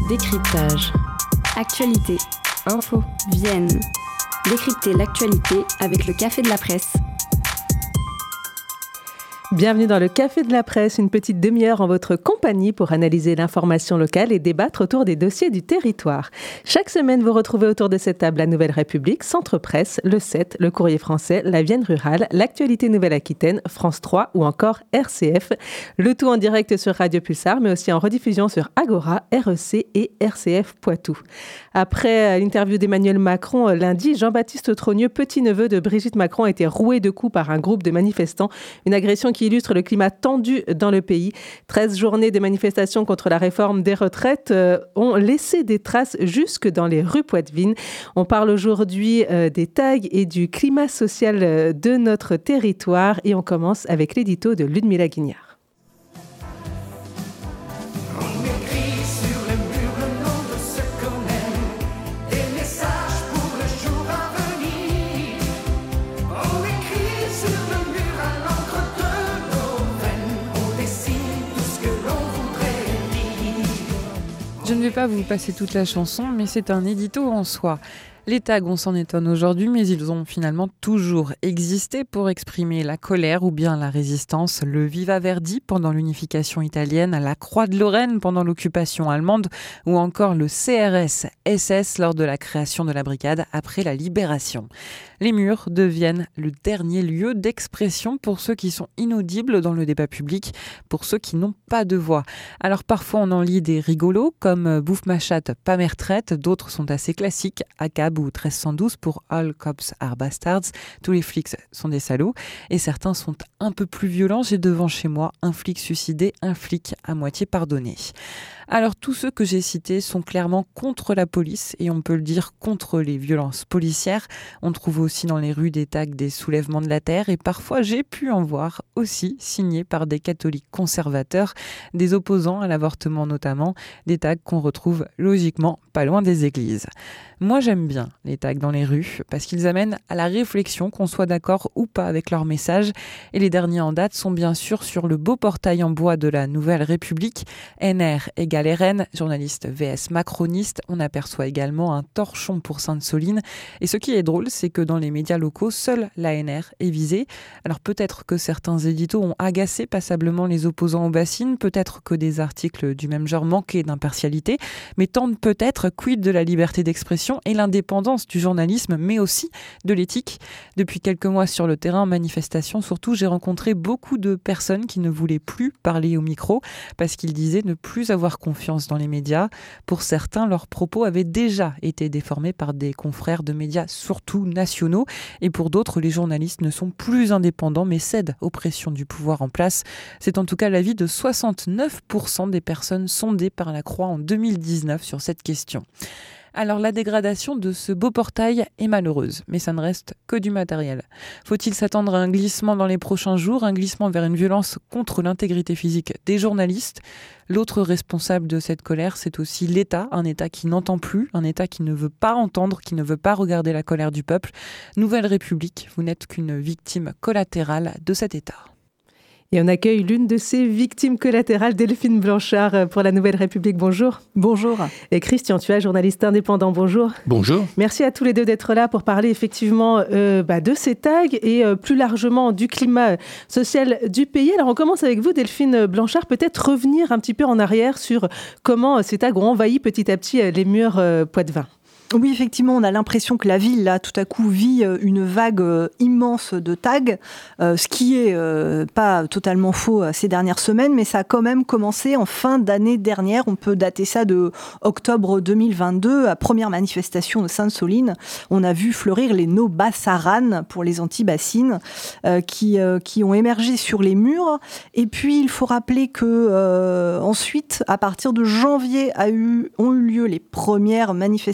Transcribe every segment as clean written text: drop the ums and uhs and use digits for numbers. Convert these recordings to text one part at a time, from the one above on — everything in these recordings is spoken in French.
Décryptage. Actualité, info, Vienne. Décrypter l'actualité avec le Café de la Presse. Bienvenue dans le Café de la Presse, une petite demi-heure en votre compagnie pour analyser l'information locale et débattre autour des dossiers du territoire. Chaque semaine, vous retrouvez autour de cette table la Nouvelle République, Centre Presse, le 7, le Courrier français, la Vienne rurale, l'actualité Nouvelle-Aquitaine, France 3 ou encore RCF. Le tout en direct sur Radio Pulsar, mais aussi en rediffusion sur Agora, REC et RCF Poitou. Après l'interview d'Emmanuel Macron lundi, Jean-Baptiste Trogneux, petit-neveu de Brigitte Macron, a été roué de coups par un groupe de manifestants. Une agression qui illustre le climat tendu dans le pays. 13 journées de manifestations contre la réforme des retraites ont laissé des traces jusque dans les rues poitevines. On parle aujourd'hui des tags et du climat social de notre territoire et on commence avec l'édito de Ludmila Guignard. Je ne vais pas vous passer toute la chanson, mais c'est un édito en soi. Les tags, on s'en étonne aujourd'hui, mais ils ont finalement toujours existé pour exprimer la colère ou bien la résistance. Le Viva Verdi pendant l'unification italienne, la Croix de Lorraine pendant l'occupation allemande ou encore le CRS-SS lors de la création de la brigade après la libération. Les murs deviennent le dernier lieu d'expression pour ceux qui sont inaudibles dans le débat public, pour ceux qui n'ont pas de voix. Alors parfois on en lit des rigolos comme Bouffe ma chatte, pas mes retraites, d'autres sont assez classiques, ACAB ou 1312 pour All Cops Are Bastards, tous les flics sont des salauds, et certains sont un peu plus violents. J'ai devant chez moi un flic suicidé, un flic à moitié pardonné. Alors tous ceux que j'ai cités sont clairement contre la police et on peut le dire contre les violences policières. On trouve aussi dans les rues des tags des soulèvements de la terre et parfois j'ai pu en voir aussi signés par des catholiques conservateurs, des opposants à l'avortement notamment, des tags qu'on retrouve logiquement pas loin des églises. Moi j'aime bien les tags dans les rues parce qu'ils amènent à la réflexion, qu'on soit d'accord ou pas avec leur message. Et les derniers en date sont bien sûr sur le beau portail en bois de la Nouvelle République. NR égale RN, journaliste VS macroniste. On aperçoit également un torchon pour Sainte-Soline. Et ce qui est drôle, c'est que dans les médias locaux, seule l'ANR est visée. Alors peut-être que certains éditos ont agacé passablement les opposants aux bassines, peut-être que des articles du même genre manquaient d'impartialité, mais tendent peut-être quid de la liberté d'expression et l'indépendance du journalisme, mais aussi de l'éthique. Depuis quelques mois sur le terrain, manifestation surtout, j'ai rencontré beaucoup de personnes qui ne voulaient plus parler au micro parce qu'ils disaient ne plus avoir confiance dans les médias. Pour certains, leurs propos avaient déjà été déformés par des confrères de médias surtout nationaux et pour d'autres, les journalistes ne sont plus indépendants mais cèdent aux pressions du pouvoir en place. C'est en tout cas l'avis de 69% des personnes sondées par la Croix en 2019 sur cette question. Alors la dégradation de ce beau portail est malheureuse, mais ça ne reste que du matériel. Faut-il s'attendre à un glissement dans les prochains jours, un glissement vers une violence contre l'intégrité physique des journalistes ? L'autre responsable de cette colère, c'est aussi l'État, un État qui n'entend plus, un État qui ne veut pas entendre, qui ne veut pas regarder la colère du peuple. Nouvelle République, vous n'êtes qu'une victime collatérale de cet État. Et on accueille l'une de ces victimes collatérales, Delphine Blanchard, pour la Nouvelle République. Bonjour. Bonjour. Et Christian Thuat, journaliste indépendant. Bonjour. Bonjour. Merci à tous les deux d'être là pour parler effectivement de ces tags et plus largement du climat social du pays. Alors on commence avec vous, Delphine Blanchard. Peut-être revenir un petit peu en arrière sur comment ces tags ont envahi petit à petit les murs poitevins. Oui, effectivement, on a l'impression que la ville, là, tout à coup, vit une vague immense de tags, ce qui est pas totalement faux ces dernières semaines, mais ça a quand même commencé en fin d'année dernière. On peut dater ça de octobre 2022, à première manifestation de Sainte-Soline. On a vu fleurir les No Bassaran pour les anti-bassines qui ont émergé sur les murs. Et puis, il faut rappeler que ensuite, à partir de janvier, ont eu lieu les premières manifestations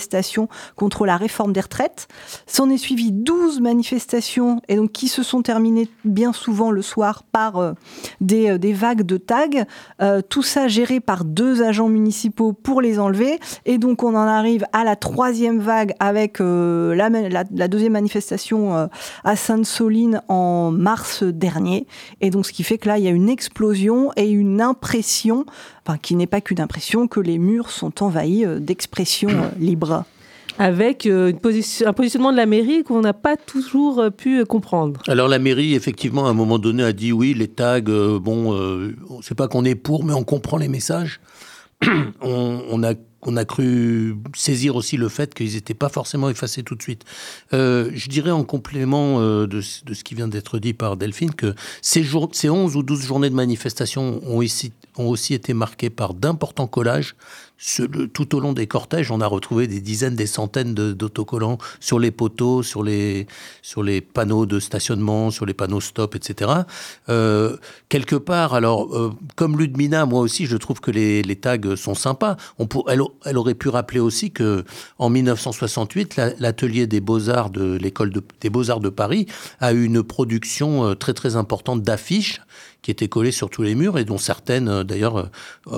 contre la réforme des retraites. S'en est suivi 12 manifestations et donc qui se sont terminées bien souvent le soir par des vagues de tags. Tout ça géré par 2 agents municipaux pour les enlever. Et donc on en arrive à la 3e vague avec la 2e manifestation à Sainte-Soline en mars dernier. Et donc ce qui fait que là, il y a une explosion et une impression, qui n'est pas qu'une impression, que les murs sont envahis d'expressions libres. Avec un positionnement de la mairie qu'on n'a pas toujours pu comprendre. Alors la mairie, effectivement, à un moment donné, a dit oui, les tags, c'est pas qu'on est pour, mais on comprend les messages. On a cru saisir aussi le fait qu'ils n'étaient pas forcément effacés tout de suite. Je dirais en complément de ce qui vient d'être dit par Delphine que ces 11 ou 12 journées de manifestation ont aussi été marquées par d'importants collages. Tout au long des cortèges, on a retrouvé des dizaines, des centaines d'autocollants sur les poteaux, sur les panneaux de stationnement, sur les panneaux stop, etc. Quelque part, alors, comme Ludmina, moi aussi, je trouve que les tags sont sympas. Elle aurait pu rappeler aussi que en 1968, l'atelier des Beaux-Arts de l'école des Beaux-Arts de Paris a eu une production très très importante d'affiches qui étaient collées sur tous les murs et dont certaines, d'ailleurs,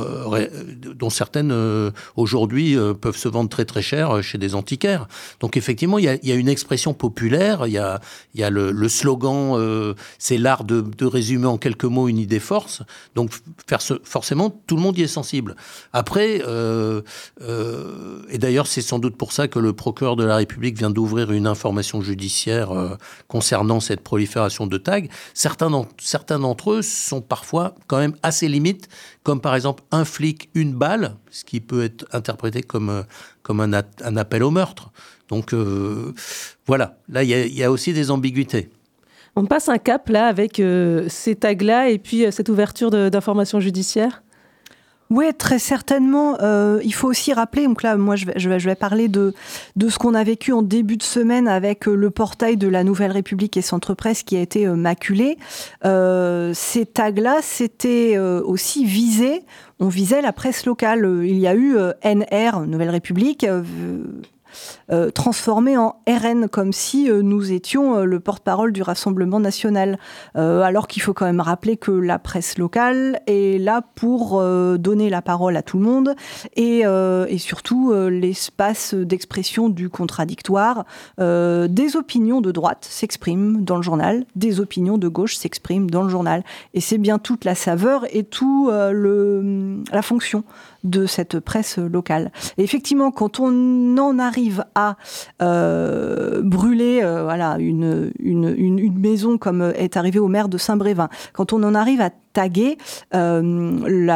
aujourd'hui peuvent se vendre très très cher chez des antiquaires. Donc effectivement, il y a une expression populaire, il y a le slogan, c'est l'art de résumer en quelques mots une idée force. Donc forcément, tout le monde y est sensible. Après, et d'ailleurs, c'est sans doute pour ça que le procureur de la République vient d'ouvrir une information judiciaire concernant cette prolifération de tags. Certains d'entre eux sont parfois quand même assez limites, comme par exemple un flic, une balle, ce qui peut être interprété comme un appel au meurtre. Donc voilà, là il y a aussi des ambiguïtés. On passe un cap là avec ces tags-là et puis cette ouverture d'informations judiciaires. Oui, très certainement. Il faut aussi rappeler, donc là, moi, je vais parler de ce qu'on a vécu en début de semaine avec le portail de la Nouvelle République et Centre Presse qui a été maculé. Ces tags-là, c'était aussi visé. On visait la presse locale. Il y a eu NR, Nouvelle République, transformé en RN, comme si nous étions le porte-parole du Rassemblement national. Alors qu'il faut quand même rappeler que la presse locale est là pour donner la parole à tout le monde et surtout l'espace d'expression du contradictoire. Des opinions de droite s'expriment dans le journal, des opinions de gauche s'expriment dans le journal. Et c'est bien toute la saveur et tout la fonction de cette presse locale. Et effectivement, quand on en arrive à brûler une maison comme est arrivé au maire de Saint-Brévin, quand on en arrive à taguer le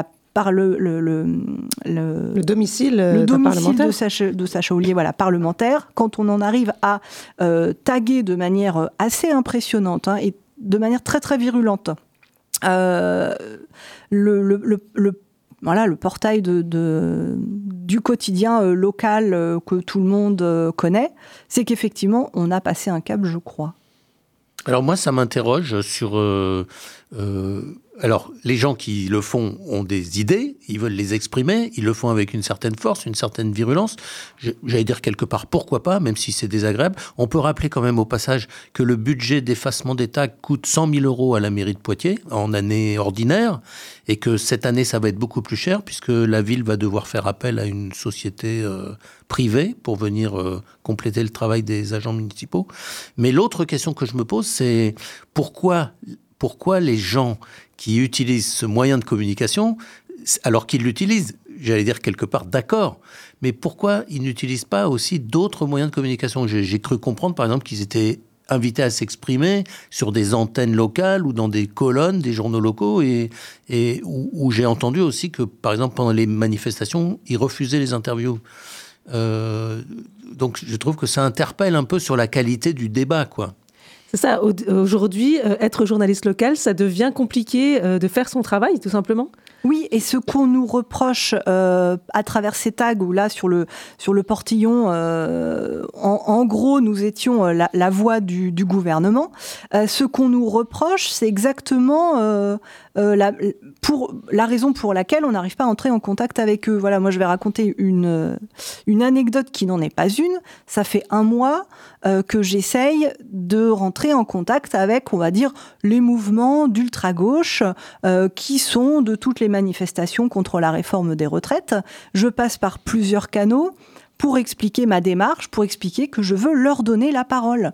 domicile de Sacha Houlié, parlementaire, quand on en arrive à taguer de manière assez impressionnante et de manière très très virulente le portail du quotidien local que tout le monde connaît, c'est qu'effectivement, on a passé un cap, je crois. Alors moi, ça m'interroge sur... alors, les gens qui le font ont des idées, ils veulent les exprimer, ils le font avec une certaine force, une certaine virulence. J'allais dire quelque part, pourquoi pas, même si c'est désagréable. On peut rappeler quand même au passage que le budget d'effacement des tags coûte 100 000 € à la mairie de Poitiers en année ordinaire et que cette année, ça va être beaucoup plus cher puisque la ville va devoir faire appel à une société privée pour venir compléter le travail des agents municipaux. Mais l'autre question que je me pose, c'est pourquoi les gens qui utilisent ce moyen de communication, alors qu'ils l'utilisent, j'allais dire quelque part d'accord, mais pourquoi ils n'utilisent pas aussi d'autres moyens de communication ? J'ai cru comprendre, par exemple, qu'ils étaient invités à s'exprimer sur des antennes locales ou dans des colonnes des journaux locaux et où j'ai entendu aussi que, par exemple, pendant les manifestations, ils refusaient les interviews. Donc, je trouve que ça interpelle un peu sur la qualité du débat, quoi. C'est ça, aujourd'hui, être journaliste local, ça devient compliqué de faire son travail, tout simplement. Oui, et ce qu'on nous reproche à travers ces tags, où là, sur le portillon, en gros, nous étions la voix du gouvernement. Ce qu'on nous reproche, c'est exactement la raison pour laquelle on n'arrive pas à entrer en contact avec eux. Voilà, moi, je vais raconter une anecdote qui n'en est pas une. Ça fait 1 mois que j'essaye de rentrer en contact avec, on va dire, les mouvements d'ultra-gauche qui sont de toutes les manifestations contre la réforme des retraites. Je passe par plusieurs canaux pour expliquer ma démarche, pour expliquer que je veux leur donner la parole.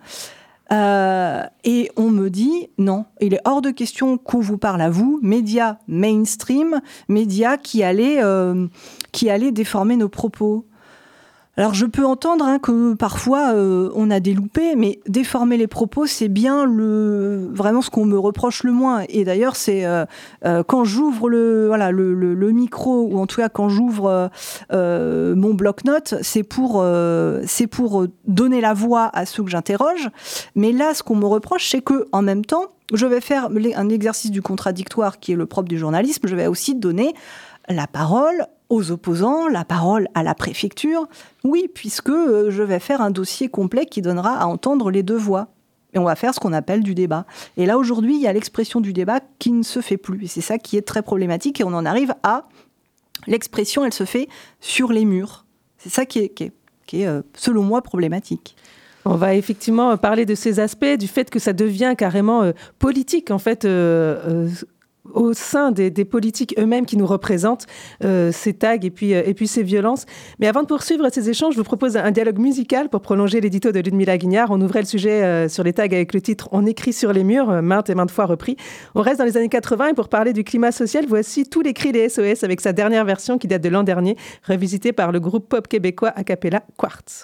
Et on me dit, non, il est hors de question qu'on vous parle à vous, médias mainstream, médias qui allaient déformer nos propos. Alors je peux entendre que parfois on a des loupés, mais déformer les propos, c'est bien vraiment ce qu'on me reproche le moins. Et d'ailleurs, c'est quand j'ouvre le micro, ou en tout cas quand j'ouvre mon bloc-notes, c'est pour donner la voix à ceux que j'interroge. Mais là, ce qu'on me reproche, c'est que en même temps, je vais faire un exercice du contradictoire qui est le propre du journalisme. Je vais aussi donner la parole aux opposants, la parole à la préfecture. Oui, puisque je vais faire un dossier complet qui donnera à entendre les deux voix. Et on va faire ce qu'on appelle du débat. Et là, aujourd'hui, il y a l'expression du débat qui ne se fait plus. Et c'est ça qui est très problématique. Et on en arrive à l'expression, elle se fait sur les murs. C'est ça qui est selon moi, problématique. On va effectivement parler de ces aspects, du fait que ça devient carrément politique, en fait, au sein des politiques eux-mêmes qui nous représentent, ces tags et puis ces violences. Mais avant de poursuivre ces échanges, je vous propose un dialogue musical pour prolonger l'édito de Ludmilla Guignard. On ouvrait le sujet sur les tags avec le titre « On écrit sur les murs », maintes et maintes fois repris. On reste dans les années 80 et pour parler du climat social, voici Tous les cris des SOS avec sa dernière version qui date de l'an dernier, revisitée par le groupe pop québécois a cappella Quartz.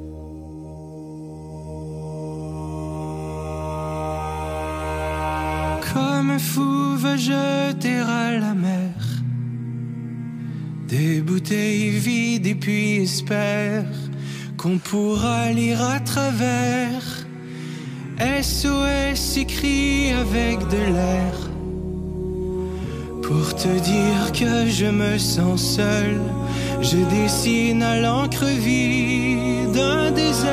Comme un fou va jeter à la mer des bouteilles vides et puis espère qu'on pourra lire à travers. SOS écrit avec de l'air pour te dire que je me sens seul. Je dessine à l'encre vide un désert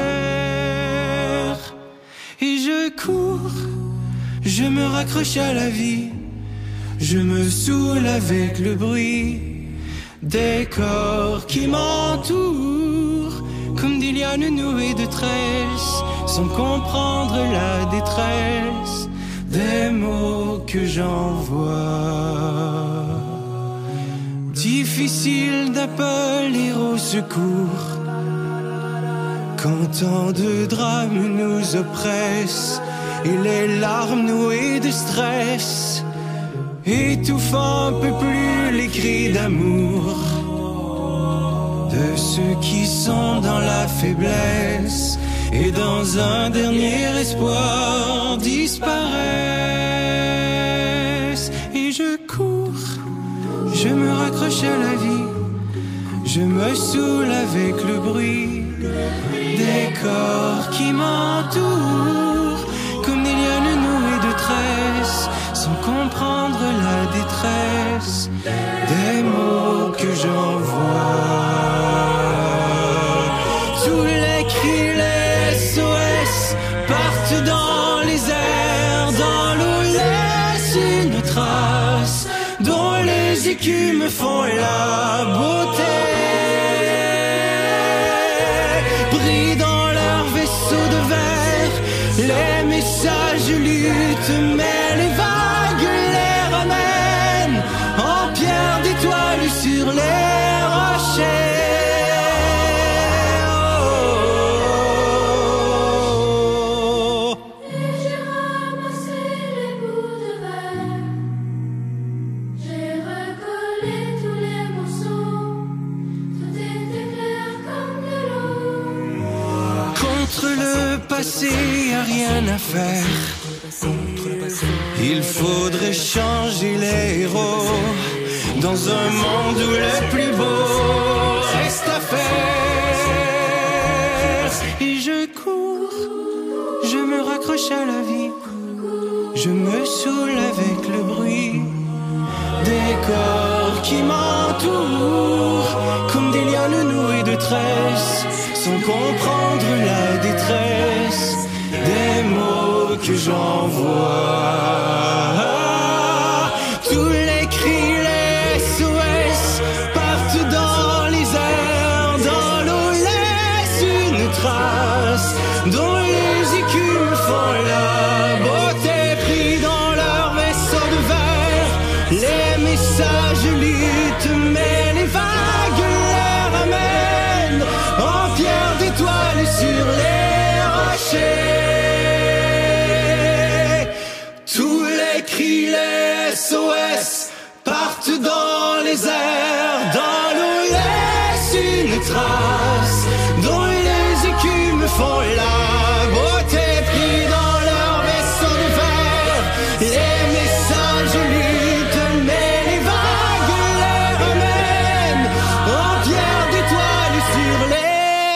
et je cours. Je me raccroche à la vie, je me saoule avec le bruit des corps qui m'entourent, comme des lianes nouées de tresses, sans comprendre la détresse des mots que j'envoie. Difficile d'appeler au secours quand tant de drames nous oppressent. Et les larmes nouées de stress étouffant un peu plus les cris d'amour de ceux qui sont dans la faiblesse et dans un dernier espoir disparaissent. Et je cours, je me raccroche à la vie, je me saoule avec le bruit des corps qui m'entourent, comme des lianes nouées de tresses, sans comprendre la détresse des mots que j'envoie. Tous les cris, les SOS partent dans les airs, dans l'eau laisse une trace, dont les écumes font la beauté. Brillent dans leur vaisseau de verre, les messages luttent, mais les vagues les ramènent en pierre d'étoiles sur les rochers. Oh. Et j'ai ramassé les bouts de verre, j'ai recollé tous les morceaux, tout était clair comme de l'eau. Contre le passé, y a rien à faire. Il faudrait changer les héros dans un monde où le plus beau reste à faire. Et je cours, je me raccroche touche à la vie. Je me saoule avec le bruit des corps qui m'entourent, comme des lianes nouées de tresses, sans comprendre la détresse des mots que j'envoie. Tous les cris, les SOS partent dans les airs, dans l'eau laisse une trace dont les écumes font la beauté pris dans leur vaisseau de verre. Les messages luttent, mais les vagues les ramènent en pierre d'étoiles sur les rochers. Tous les cris, les SOS partent dans les airs, dans l'eau laisse une trace dont les écumes font la beauté pris dans leur vaisseau de verre. Les messages luttent, mais les vagues les ramènent en pierre d'étoiles sur les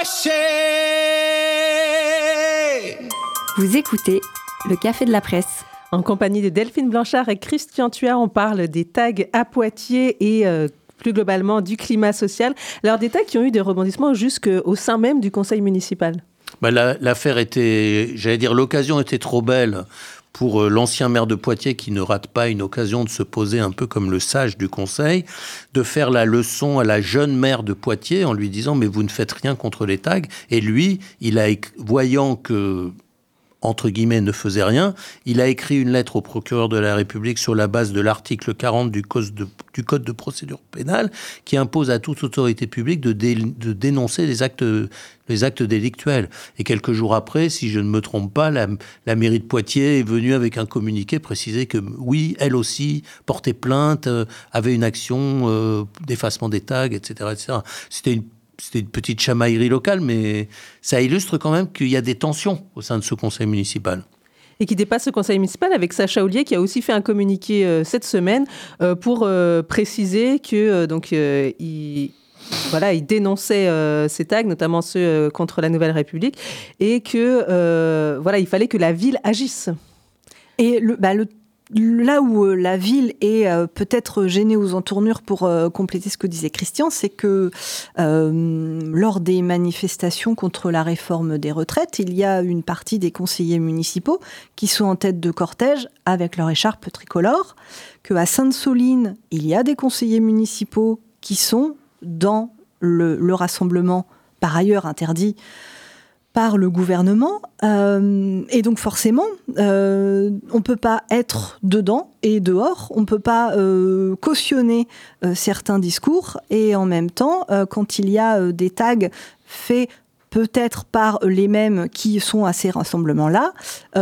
rochers. Vous écoutez le Café de la Presse. En compagnie de Delphine Blanchard et Christian Thuard, on parle des tags à Poitiers et plus globalement du climat social. Alors des tags qui ont eu des rebondissements jusqu'au sein même du conseil municipal. L'affaire était, j'allais dire, l'occasion était trop belle pour l'ancien maire de Poitiers qui ne rate pas une occasion de se poser un peu comme le sage du conseil, de faire la leçon à la jeune maire de Poitiers en lui disant « mais vous ne faites rien contre les tags ». Et lui, voyant que entre guillemets, ne faisait rien. Il a écrit une lettre au procureur de la République sur la base de l'article 40 du Code de procédure pénale qui impose à toute autorité publique de dénoncer les actes délictuels. Et quelques jours après, si je ne me trompe pas, la mairie de Poitiers est venue avec un communiqué précisé que oui, elle aussi portait plainte, avait une action d'effacement des tags, etc. etc. C'était une petite chamaillerie locale, mais ça illustre quand même qu'il y a des tensions au sein de ce conseil municipal. Et qui dépasse ce conseil municipal avec Sacha Houlier qui a aussi fait un communiqué cette semaine pour préciser que il dénonçait ces tags, notamment ceux contre la Nouvelle République, et que il fallait que la ville agisse. Et là où la ville est peut-être gênée aux entournures pour compléter ce que disait Christian, c'est que lors des manifestations contre la réforme des retraites, il y a une partie des conseillers municipaux qui sont en tête de cortège avec leur écharpe tricolore, qu'à Sainte-Soline, il y a des conseillers municipaux qui sont dans le rassemblement, par ailleurs interdit par le gouvernement, et donc forcément, on ne peut pas être dedans et dehors, on ne peut pas cautionner certains discours, et en même temps, quand il y a des tags faits peut-être par les mêmes qui sont à ces rassemblements-là,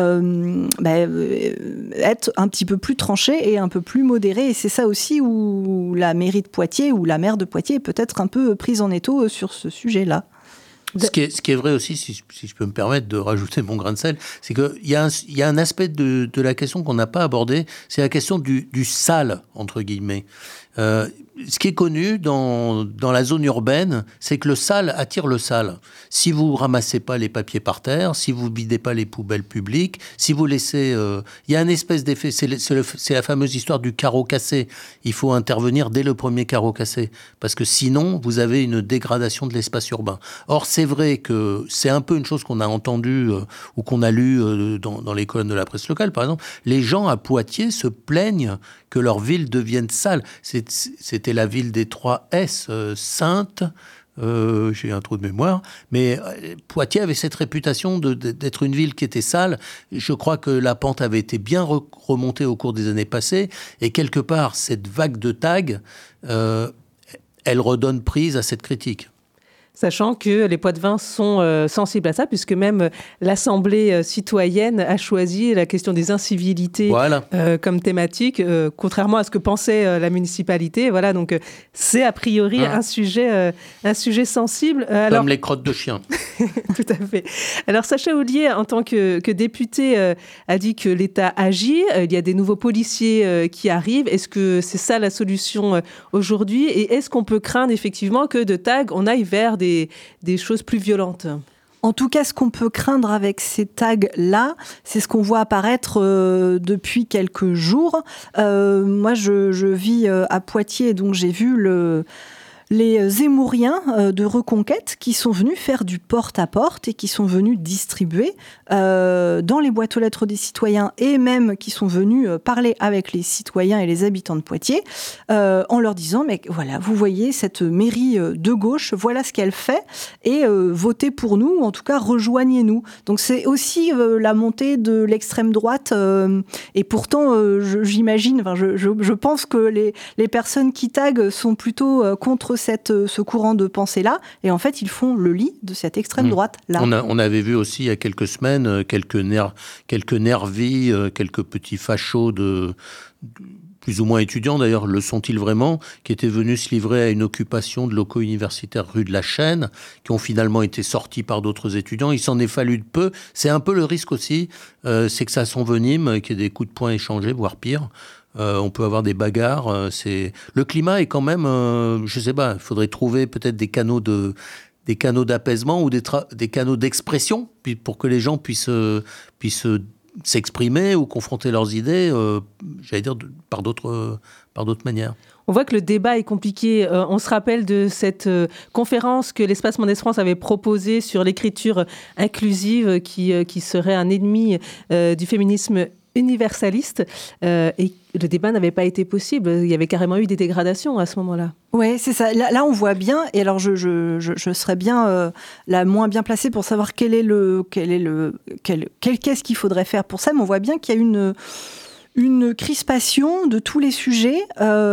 être un petit peu plus tranché et un peu plus modéré. Et c'est ça aussi où la mairie de Poitiers, ou la maire de Poitiers est peut-être un peu prise en étau sur ce sujet-là. Ce qui est vrai aussi, si je peux me permettre de rajouter mon grain de sel, c'est qu'il y a un aspect de la question qu'on n'a pas abordé, c'est la question du sale, entre guillemets. Ce qui est connu dans la zone urbaine, c'est que le sale attire le sale. Si vous ramassez pas les papiers par terre, si vous bidez pas les poubelles publiques, si vous laissez... il y a un espèce d'effet, c'est la fameuse histoire du carreau cassé. Il faut intervenir dès le premier carreau cassé, parce que sinon, vous avez une dégradation de l'espace urbain. Or, c'est vrai que c'est un peu une chose qu'on a entendue ou qu'on a lue dans les colonnes de la presse locale, par exemple. Les gens à Poitiers se plaignent que leur ville devienne sale. C'était la ville des 3 S, Sainte, j'ai un trou de mémoire, mais Poitiers avait cette réputation d'être une ville qui était sale. Je crois que la pente avait été bien remontée au cours des années passées, et quelque part, cette vague de tags, elle redonne prise à cette critique. Sachant que les Poitevins sont sensibles à ça, puisque même l'Assemblée citoyenne a choisi la question des incivilités comme thématique, contrairement à ce que pensait la municipalité. Voilà, donc c'est a priori un sujet sensible. Comme les crottes de chien. Tout à fait. Alors Sacha Houlier, en tant que député, a dit que l'État agit. Il y a des nouveaux policiers qui arrivent. Est-ce que c'est ça la solution aujourd'hui ? Et est-ce qu'on peut craindre effectivement que de tags, on aille vers des choses plus violentes ? En tout cas, ce qu'on peut craindre avec ces tags-là, c'est ce qu'on voit apparaître depuis quelques jours. Moi, je vis à Poitiers, donc j'ai vu les Zemmouriens de Reconquête qui sont venus faire du porte-à-porte et qui sont venus distribuer dans les boîtes aux lettres des citoyens et même qui sont venus parler avec les citoyens et les habitants de Poitiers en leur disant « mais voilà, vous voyez cette mairie de gauche, voilà ce qu'elle fait et votez pour nous, ou en tout cas rejoignez-nous ». Donc c'est aussi la montée de l'extrême droite et pourtant j'imagine, je pense que les personnes qui taguent sont plutôt contre ce courant de pensée-là, et en fait, ils font le lit de cette extrême droite-là. On avait vu aussi il y a quelques semaines quelques nervis, quelques petits fachos plus ou moins étudiants d'ailleurs, le sont-ils vraiment, qui étaient venus se livrer à une occupation de locaux universitaires rue de la Chaîne, qui ont finalement été sortis par d'autres étudiants. Il s'en est fallu de peu. C'est un peu le risque aussi, c'est que ça s'envenime, qu'il y ait des coups de poing échangés, voire pire. On peut avoir des bagarres. Le climat est quand même, je sais pas, il faudrait trouver peut-être des canaux d'apaisement ou des canaux d'expression pour que les gens puissent s'exprimer ou confronter leurs idées, j'allais dire, par d'autres manières. On voit que le débat est compliqué. On se rappelle de cette conférence que l'Espace Mendès France avait proposée sur l'écriture inclusive qui serait un ennemi du féminisme universaliste, et le débat n'avait pas été possible. Il y avait carrément eu des dégradations à ce moment-là. Oui, c'est ça. Là, on voit bien, et alors je serais bien la moins bien placée pour savoir qu'est-ce qu'il faudrait faire pour ça, mais on voit bien qu'il y a une crispation de tous les sujets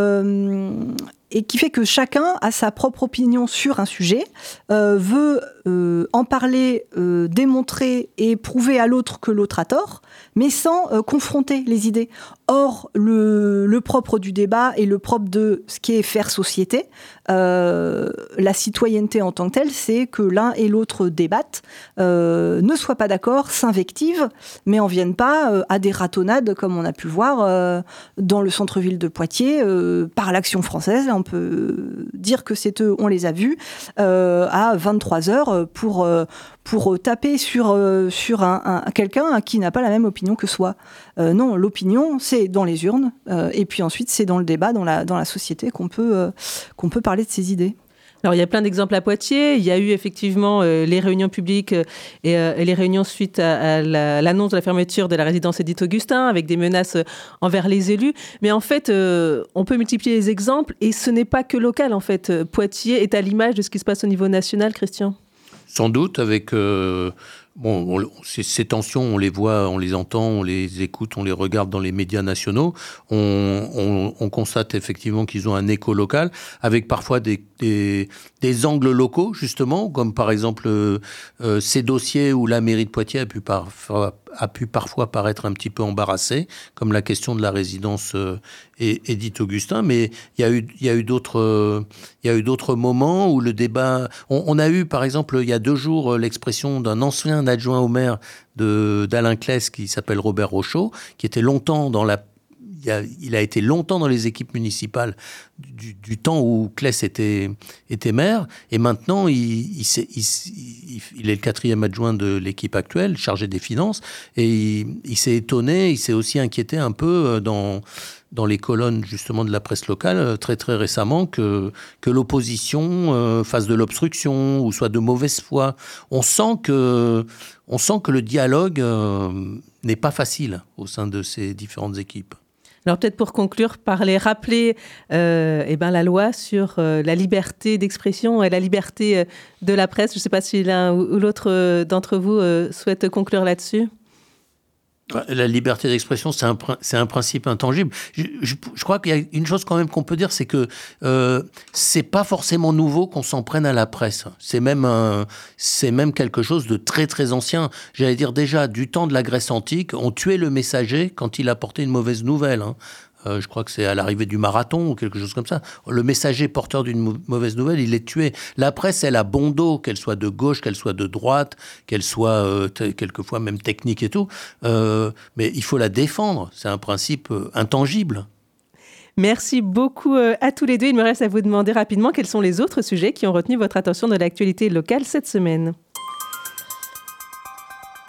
et qui fait que chacun a sa propre opinion sur un sujet, veut en parler, démontrer et prouver à l'autre que l'autre a tort, mais sans confronter les idées. Or, le propre du débat et le propre de ce qui est faire société, la citoyenneté en tant que telle, c'est que l'un et l'autre débattent, ne soient pas d'accord, s'invectivent, mais en viennent pas à des ratonnades comme on a pu le voir dans le centre-ville de Poitiers, par l'Action française. Là, on peut dire que c'est eux, on les a vus, à 23h pour taper sur quelqu'un qui n'a pas la même opinion que soi. Non, l'opinion, c'est dans les urnes, et puis ensuite, c'est dans le débat, dans la société qu'on peut parler de ces idées. Alors, il y a plein d'exemples à Poitiers. Il y a eu effectivement les réunions publiques et les réunions suite à l'annonce de la fermeture de la résidence Édith-Augustin, avec des menaces envers les élus. Mais en fait, on peut multiplier les exemples, et ce n'est pas que local, en fait. Poitiers est à l'image de ce qui se passe au niveau national, Christian. Sans doute, avec... ces tensions, on les voit, on les entend, on les écoute, on les regarde dans les médias nationaux. On constate effectivement qu'ils ont un écho local, avec parfois des angles locaux, justement, comme par exemple ces dossiers où la mairie de Poitiers a pu parfois paraître un petit peu embarrassée, comme la question de la résidence Édith-Augustin. Mais il y a eu d'autres moments où le débat... On a eu, par exemple, il y a 2 jours, l'expression d'un ancien adjoint au maire d'Alain Claes, qui s'appelle Robert Rochaud, qui était longtemps il a été longtemps dans les équipes municipales du temps où Claes était maire, et maintenant il est le 4e adjoint de l'équipe actuelle, chargé des finances, et il s'est étonné, il s'est aussi inquiété un peu dans les colonnes justement de la presse locale très très récemment que l'opposition fasse de l'obstruction ou soit de mauvaise foi. On sent que le dialogue n'est pas facile au sein de ces différentes équipes. Alors peut-être pour conclure, rappeler la loi sur la liberté d'expression et la liberté de la presse. Je ne sais pas si l'un ou l'autre d'entre vous souhaite conclure là-dessus. La liberté d'expression, c'est un principe intangible. Je crois qu'il y a une chose quand même qu'on peut dire, c'est que c'est pas forcément nouveau qu'on s'en prenne à la presse. C'est même quelque chose de très très ancien. J'allais dire déjà du temps de la Grèce antique, on tuait le messager quand il apportait une mauvaise nouvelle. Je crois que c'est à l'arrivée du marathon ou quelque chose comme ça. Le messager porteur d'une mauvaise nouvelle, il est tué. La presse, elle a bon dos, qu'elle soit de gauche, qu'elle soit de droite, qu'elle soit quelquefois même technique et tout. Mais il faut la défendre. C'est un principe intangible. Merci beaucoup à tous les deux. Il me reste à vous demander rapidement quels sont les autres sujets qui ont retenu votre attention de l'actualité locale cette semaine.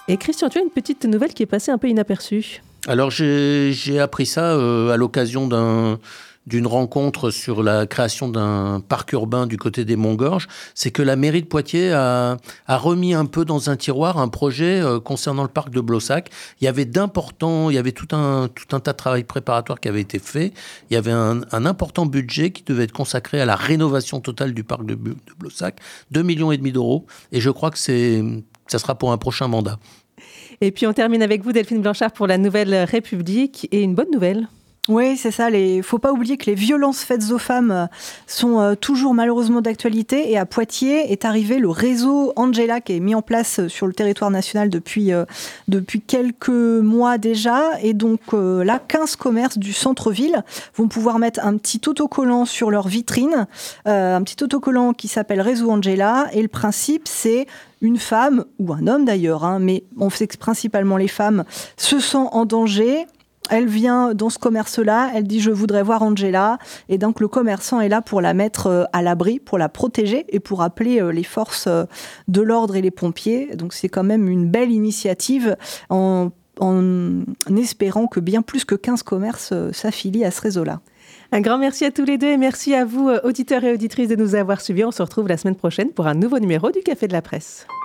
Et Christian, tu as une petite nouvelle qui est passée un peu inaperçue. Alors j'ai appris ça à l'occasion d'une rencontre sur la création d'un parc urbain du côté des Monts-Gorges. C'est que la mairie de Poitiers a remis un peu dans un tiroir un projet concernant le parc de Blossac. Il y avait tout un tas de travail préparatoire qui avait été fait. Il y avait un important budget qui devait être consacré à la rénovation totale du parc de Blossac, 2,5 millions d'euros. Et je crois que ça sera pour un prochain mandat. Et puis on termine avec vous, Delphine Blanchard, pour la Nouvelle République. Et une bonne nouvelle. Oui, c'est ça. Faut pas oublier que les violences faites aux femmes sont toujours malheureusement d'actualité. Et à Poitiers est arrivé le réseau Angela qui est mis en place sur le territoire national depuis quelques mois déjà. Et donc là, 15 commerces du centre-ville vont pouvoir mettre un petit autocollant sur leur vitrine, un petit autocollant qui s'appelle Réseau Angela. Et le principe, c'est une femme, ou un homme d'ailleurs, mais on sait que principalement les femmes, se sent en danger. Elle vient dans ce commerce-là, elle dit « je voudrais voir Angela ». Et donc le commerçant est là pour la mettre à l'abri, pour la protéger et pour appeler les forces de l'ordre et les pompiers. Donc c'est quand même une belle initiative en espérant que bien plus que 15 commerces s'affilient à ce réseau-là. Un grand merci à tous les deux et merci à vous, auditeurs et auditrices, de nous avoir suivis. On se retrouve la semaine prochaine pour un nouveau numéro du Café de la Presse.